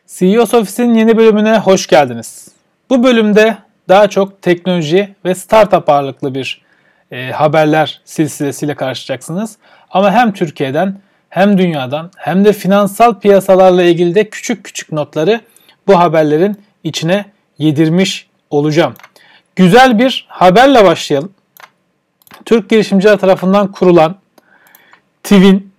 CEO's Office'in yeni bölümüne hoş geldiniz. Bu bölümde daha çok teknoloji ve startup ağırlıklı bir haberler silsilesiyle karşılaşacaksınız. Ama hem Türkiye'den hem dünyadan hem de finansal piyasalarla ilgili de küçük küçük notları bu haberlerin içine yedirmiş olacağım. Güzel bir haberle başlayalım. Türk girişimciler tarafından kurulan TİV'in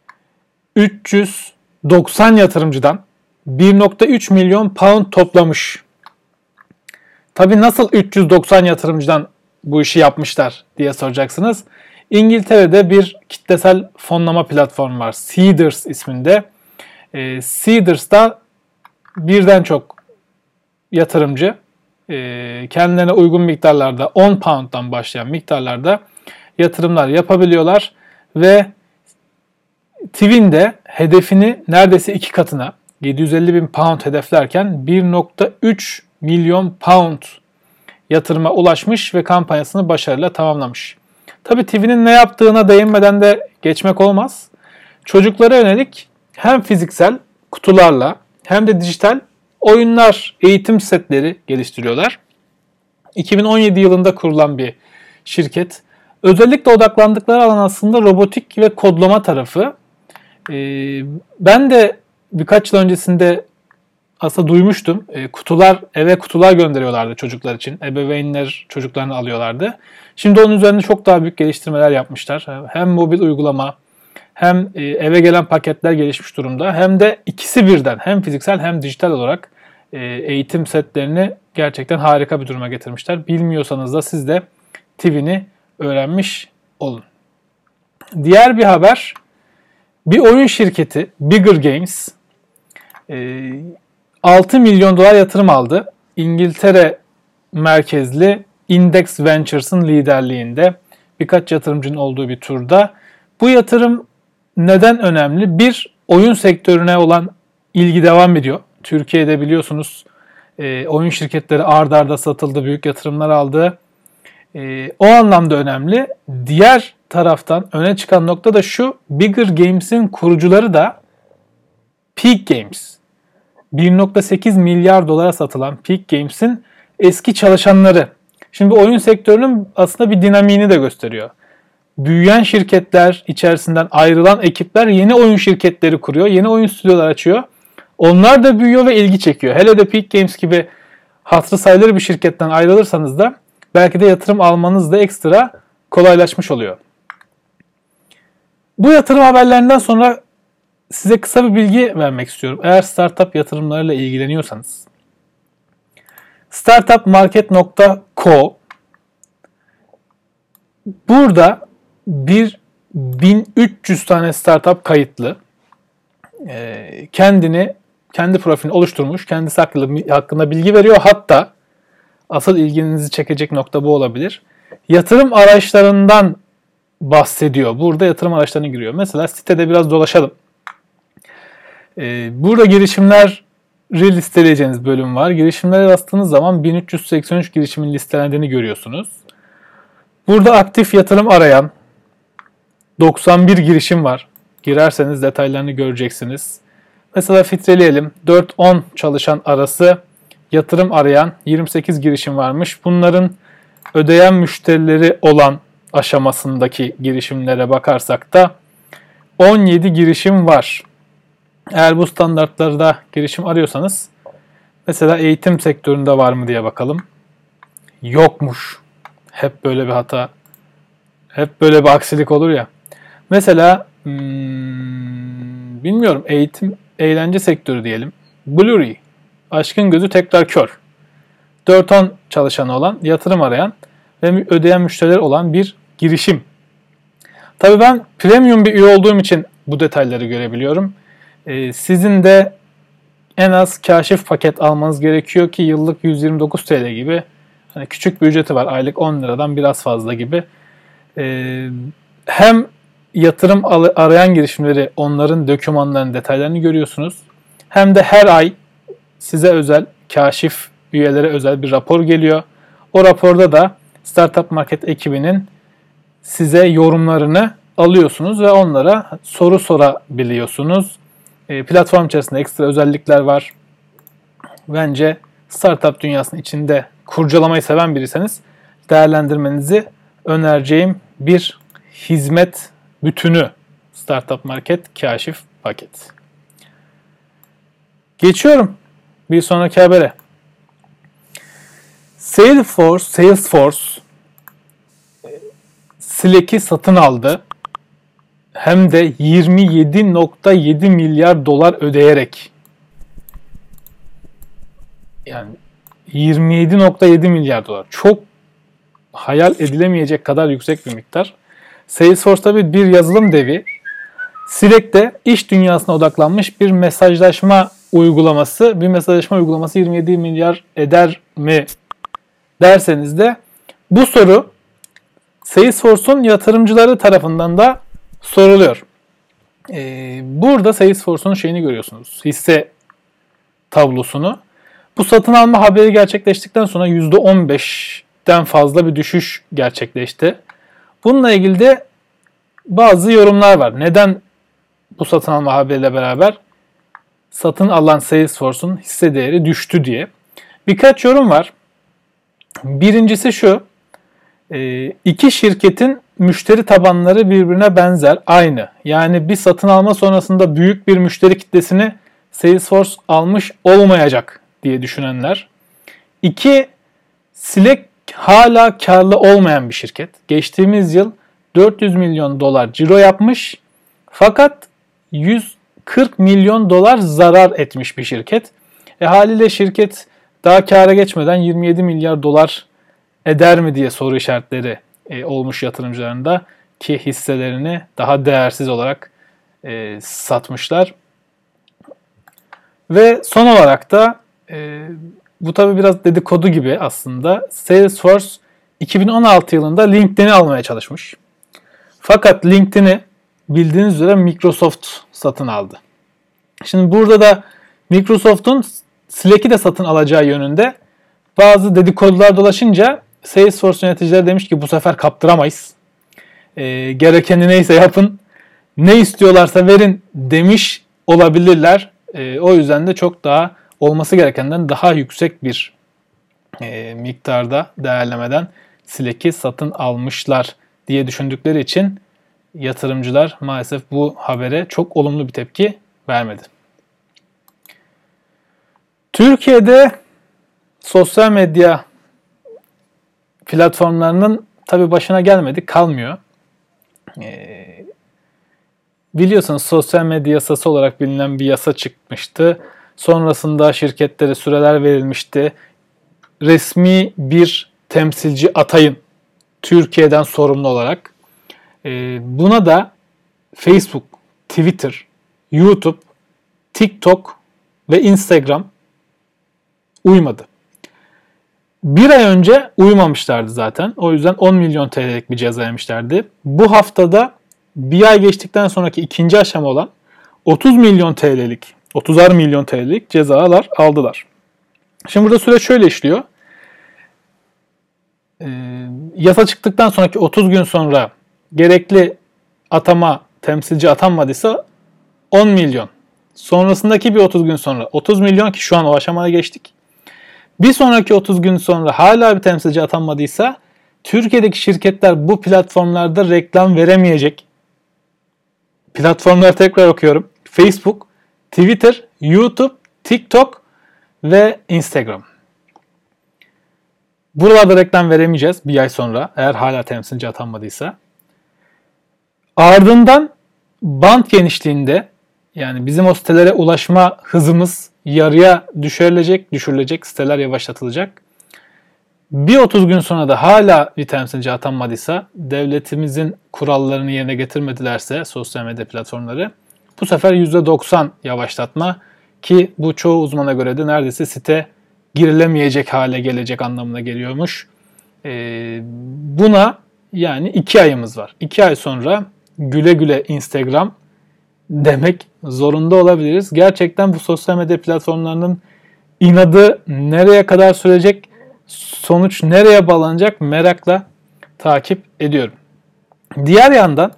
390 yatırımcıdan 1.3 milyon pound toplamış. Tabii nasıl 390 yatırımcıdan bu işi yapmışlar diye soracaksınız. İngiltere'de bir kitlesel fonlama platformu var. Seedrs isminde. Seedrs'ta birden çok yatırımcı kendilerine uygun miktarlarda 10 pound'dan başlayan miktarlarda yatırımlar yapabiliyorlar ve TİV'in de hedefini neredeyse 2 katına 750 bin pound hedeflerken 1.3 milyon pound yatırıma ulaşmış ve kampanyasını başarıyla tamamlamış. Tabii TİV'nin ne yaptığına değinmeden de geçmek olmaz. Çocuklara yönelik hem fiziksel kutularla hem de dijital oyunlar, eğitim setleri geliştiriyorlar. 2017 yılında kurulan bir şirket. Özellikle odaklandıkları alan aslında robotik ve kodlama tarafı. Ben de birkaç yıl öncesinde aslında duymuştum. Eve kutular gönderiyorlardı çocuklar için. Ebeveynler çocuklarını alıyorlardı. Şimdi onun üzerinde çok daha büyük geliştirmeler yapmışlar. Hem mobil uygulama hem eve gelen paketler gelişmiş durumda. Hem de ikisi birden hem fiziksel hem dijital olarak eğitim setlerini gerçekten harika bir duruma getirmişler. Bilmiyorsanız da siz de TİV'ini öğrenmiş olun. Diğer bir haber, bir oyun şirketi Bigger Games 6 milyon dolar yatırım aldı. İngiltere merkezli Index Ventures'ın liderliğinde birkaç yatırımcının olduğu bir turda. Bu yatırım neden önemli? Bir, oyun sektörüne olan ilgi devam ediyor. Türkiye'de biliyorsunuz oyun şirketleri ard arda satıldı, büyük yatırımlar aldı. O anlamda önemli. Diğer taraftan öne çıkan nokta da şu: Bigger Games'in kurucuları da Peak Games. 1.8 milyar dolara satılan Peak Games'in eski çalışanları. Şimdi oyun sektörünün aslında bir dinamiğini de gösteriyor. Büyüyen şirketler içerisinden ayrılan ekipler yeni oyun şirketleri kuruyor, yeni oyun stüdyolar açıyor. Onlar da büyüyor ve ilgi çekiyor. Hele de Peak Games gibi hatırı sayılır bir şirketten ayrılırsanız da belki de yatırım almanız da ekstra kolaylaşmış oluyor. Bu yatırım haberlerinden sonra size kısa bir bilgi vermek istiyorum. Eğer startup yatırımlarıyla ilgileniyorsanız. Startupmarket.co burada 1300 tane startup kayıtlı. Kendi profilini oluşturmuş. Kendisi hakkında bilgi veriyor. Hatta asıl ilginizi çekecek nokta bu olabilir. Yatırım araçlarından bahsediyor. Burada yatırım araçlarına giriyor. Mesela sitede biraz dolaşalım. Burada girişimleri listeleyeceğiniz bölüm var. Girişimlere bastığınız zaman 1383 girişimin listelendiğini görüyorsunuz. Burada aktif yatırım arayan 91 girişim var. Girerseniz detaylarını göreceksiniz. Mesela filtreleyelim. 4-10 çalışan arası yatırım arayan 28 girişim varmış. Bunların ödeyen müşterileri olan aşamasındaki girişimlere bakarsak da 17 girişim var. Eğer bu standartlarda girişim arıyorsanız mesela eğitim sektöründe var mı diye bakalım. Yokmuş. Hep böyle bir hata. Hep böyle bir aksilik olur ya. Mesela bilmiyorum, eğlence sektörü diyelim. Blu-ray. Aşkın gözü tekrar kör. 4-10 çalışanı olan, yatırım arayan ve ödeyen müşteriler olan bir girişim. Tabii ben premium bir üye olduğum için bu detayları görebiliyorum. Sizin de en az kaşif paket almanız gerekiyor ki yıllık 129 TL gibi. Hani küçük bir ücreti var. Aylık 10 liradan biraz fazla gibi. Hem yatırım arayan girişimleri, onların dokümanlarının detaylarını görüyorsunuz. Hem de her ay size özel, kaşif üyelere özel bir rapor geliyor. O raporda da Startup Market ekibinin size yorumlarını alıyorsunuz ve onlara soru sorabiliyorsunuz. Platform içerisinde ekstra özellikler var. bence startup dünyasının içinde kurcalamayı seven biriyseniz değerlendirmenizi önereceğim bir hizmet bütünü Startup Market Kaşif Paket. Geçiyorum bir sonraki habere. Salesforce Slack'i satın aldı. Hem de 27.7 milyar dolar ödeyerek. Yani 27.7 milyar dolar. Çok hayal edilemeyecek kadar yüksek bir miktar. Salesforce tabii bir yazılım devi. Slack de iş dünyasına odaklanmış bir mesajlaşma uygulaması. Bir mesajlaşma uygulaması 27 milyar eder mi derseniz de bu soru Salesforce'un yatırımcıları tarafından da soruluyor. Burada Salesforce'un şeyini görüyorsunuz. Hisse tablosunu. Bu satın alma haberi gerçekleştikten sonra %15'ten fazla bir düşüş gerçekleşti. Bununla ilgili de bazı yorumlar var. Neden bu satın alma haberiyle beraber satın alan Salesforce'un hisse değeri düştü diye. Birkaç yorum var. Birincisi şu. İki şirketin müşteri tabanları birbirine benzer, aynı. Yani bir satın alma sonrasında büyük bir müşteri kitlesini Salesforce almış olmayacak diye düşünenler. İki, Slack hala karlı olmayan bir şirket. Geçtiğimiz yıl 400 milyon dolar ciro yapmış fakat 140 milyon dolar zarar etmiş bir şirket. Haliyle şirket daha kâra geçmeden 27 milyar dolar eder mi diye soru işaretleri olmuş yatırımcılarında ki hisselerini daha değersiz olarak satmışlar. Ve son olarak da bu tabi biraz dedikodu gibi aslında Salesforce 2016 yılında LinkedIn'i almaya çalışmış. Fakat LinkedIn'i bildiğiniz üzere Microsoft satın aldı. Şimdi burada da Microsoft'un Slack'i de satın alacağı yönünde bazı dedikodular dolaşınca Salesforce yöneticileri demiş ki bu sefer kaptıramayız. Gerekeni neyse yapın. Ne istiyorlarsa verin demiş olabilirler. O yüzden de çok daha olması gerekenden daha yüksek bir miktarda değerlemeden Slack'i satın almışlar diye düşündükleri için yatırımcılar maalesef bu habere çok olumlu bir tepki vermedi. Türkiye'de sosyal medya platformlarının tabii başına gelmedi, kalmıyor. Biliyorsunuz sosyal medya yasası olarak bilinen bir yasa çıkmıştı. Sonrasında şirketlere süreler verilmişti. Resmi bir temsilci atayın Türkiye'den sorumlu olarak. Buna da Facebook, Twitter, YouTube, TikTok ve Instagram uymadı. Bir ay önce uymamışlardı zaten. O yüzden 10 milyon TL'lik bir ceza yemişlerdi. Bu haftada bir ay geçtikten sonraki ikinci aşama olan 30'ar milyon TL'lik cezalar aldılar. Şimdi burada süreç şöyle işliyor. Yasa çıktıktan sonraki 30 gün sonra gerekli temsilci atanmadıysa 10 milyon. Sonrasındaki bir 30 gün sonra 30 milyon ki şu an o aşamaya geçtik. Bir sonraki 30 gün sonra hala bir temsilci atanmadıysa Türkiye'deki şirketler bu platformlarda reklam veremeyecek. Platformları tekrar okuyorum. Facebook, Twitter, YouTube, TikTok ve Instagram. Buralarda reklam veremeyeceğiz bir ay sonra eğer hala temsilci atanmadıysa. Ardından bant genişliğinde yani bizim o sitelere ulaşma hızımız yarıya düşürülecek, siteler yavaşlatılacak. Bir 30 gün sonra da hala bir temsilci atanmadıysa, devletimizin kurallarını yerine getirmedilerse sosyal medya platformları bu sefer %90 yavaşlatma ki bu çoğu uzmana göre de neredeyse site girilemeyecek hale gelecek anlamına geliyormuş. Buna yani 2 ayımız var. 2 ay sonra güle güle Instagram demek zorunda olabiliriz. Gerçekten bu sosyal medya platformlarının inadı nereye kadar sürecek, sonuç nereye bağlanacak merakla takip ediyorum. Diğer yandan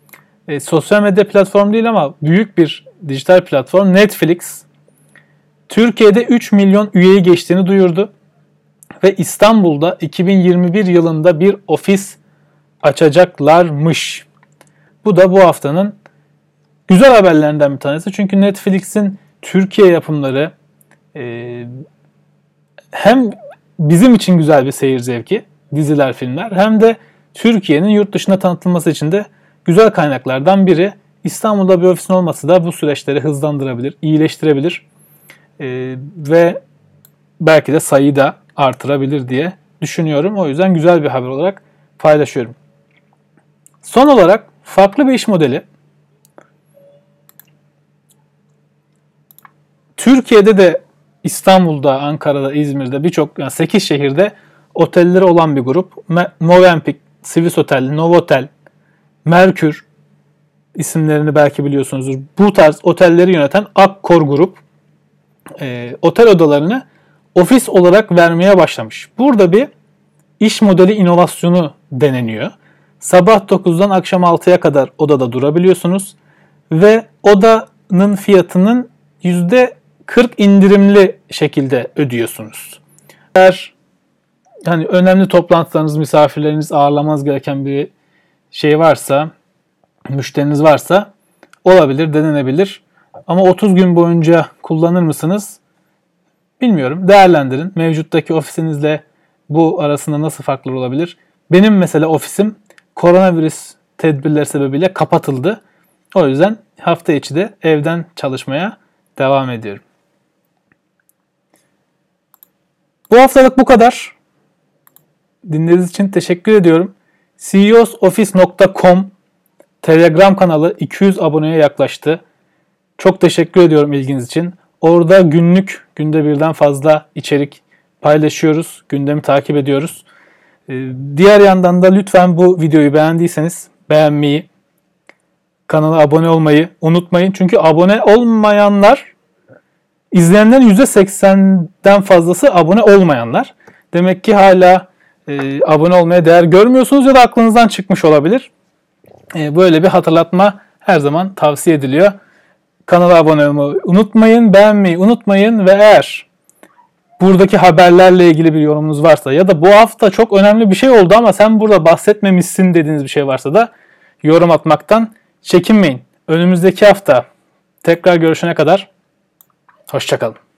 sosyal medya platformu değil ama büyük bir dijital platform Netflix Türkiye'de 3 milyon üyeyi geçtiğini duyurdu ve İstanbul'da 2021 yılında bir ofis açacaklarmış. Bu da bu haftanın güzel haberlerinden bir tanesi. Çünkü Netflix'in Türkiye yapımları hem bizim için güzel bir seyir zevki, diziler, filmler, hem de Türkiye'nin yurt dışına tanıtılması için de güzel kaynaklardan biri. İstanbul'da bir ofisin olması da bu süreçleri hızlandırabilir, iyileştirebilir ve belki de sayıyı da artırabilir diye düşünüyorum. O yüzden güzel bir haber olarak paylaşıyorum. Son olarak farklı bir iş modeli. Türkiye'de de İstanbul'da, Ankara'da, İzmir'de birçok, yani 8 şehirde otelleri olan bir grup. Movenpick, Swiss Otel, Novotel, Merkür isimlerini belki biliyorsunuzdur. Bu tarz otelleri yöneten Akkor Grup otel odalarını ofis olarak vermeye başlamış. Burada bir iş modeli inovasyonu deneniyor. Sabah 9'dan akşam 6'ya kadar odada durabiliyorsunuz ve odanın fiyatının %40 indirimli şekilde ödüyorsunuz. Eğer hani önemli toplantılarınız, misafirleriniz, ağırlamanız gereken bir şey varsa, müşteriniz varsa olabilir, denenebilir. Ama 30 gün boyunca kullanır mısınız? Bilmiyorum. Değerlendirin. Mevcuttaki ofisinizle bu arasında nasıl farklar olabilir? Benim mesela ofisim koronavirüs tedbirleri sebebiyle kapatıldı. O yüzden hafta içi de evden çalışmaya devam ediyorum. Bu haftalık bu kadar. Dinlediğiniz için teşekkür ediyorum. CEOsoffice.com Telegram kanalı 200 aboneye yaklaştı. Çok teşekkür ediyorum ilginiz için. Orada günde birden fazla içerik paylaşıyoruz. Gündemi takip ediyoruz. Diğer yandan da lütfen bu videoyu beğendiyseniz beğenmeyi, kanala abone olmayı unutmayın. Çünkü abone olmayanlar, izleyenlerin %80'den fazlası abone olmayanlar. Demek ki hala abone olmaya değer görmüyorsunuz ya da aklınızdan çıkmış olabilir. Böyle bir hatırlatma her zaman tavsiye ediliyor. Kanala abone olmayı unutmayın, beğenmeyi unutmayın ve eğer buradaki haberlerle ilgili bir yorumunuz varsa ya da bu hafta çok önemli bir şey oldu ama sen burada bahsetmemişsin dediğiniz bir şey varsa da yorum atmaktan çekinmeyin. Önümüzdeki hafta tekrar görüşene kadar hoşça kalın.